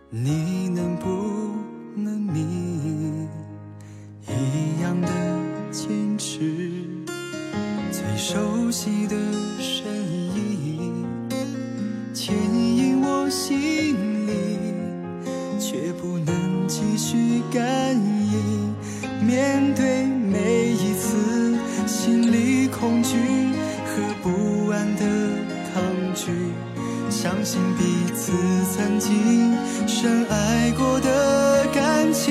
你能不能明一样的坚持？最熟悉的身影牵引我心里，却不能继续感应。面对每一次心里恐惧和不安的抗拒，相信彼此曾经深爱过的感情。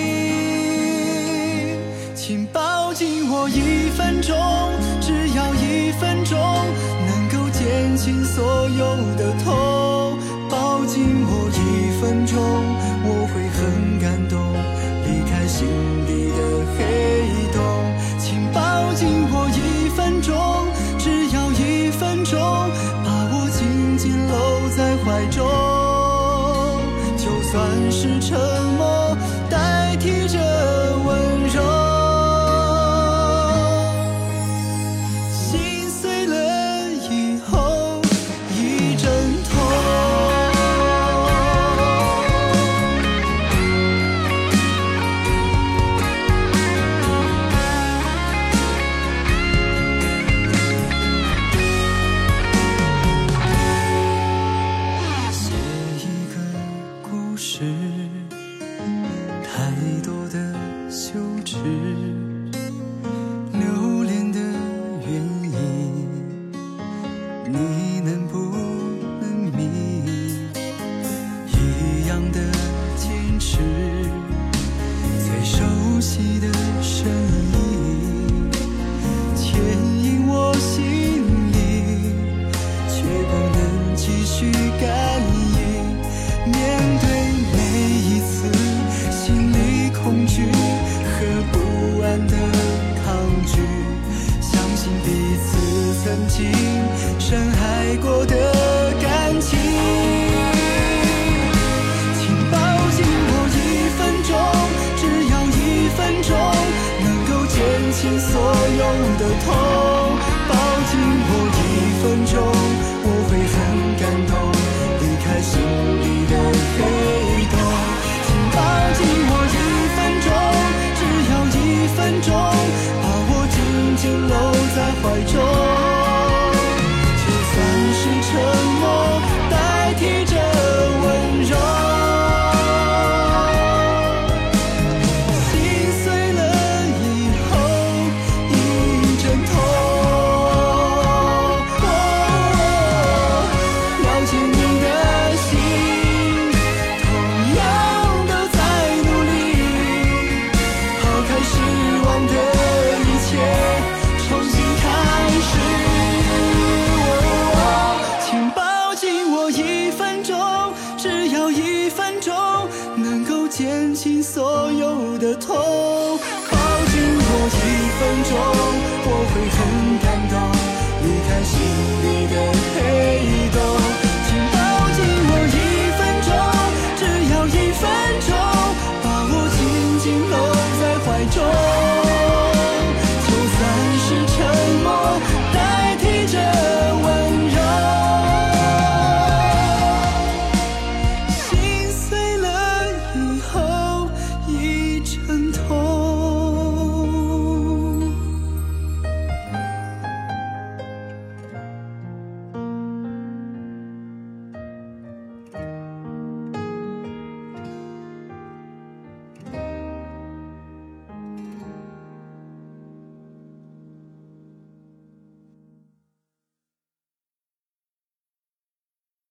请抱紧我1分钟，只要1分钟，能够减轻所有的痛。抱紧我1分钟，我会很感动，离开心底的黑洞。请抱紧我1分钟，只要1分钟，把我紧紧搂在怀中。就算是沉默代替着温柔，心碎了以后一阵痛。太多的羞耻，留恋的原因，你能不能明一样的坚持？最熟悉的身影牵引我心里，却不能继续感应。面对每一次心里恐惧和不安的抗拒，相信彼此曾经深爱过的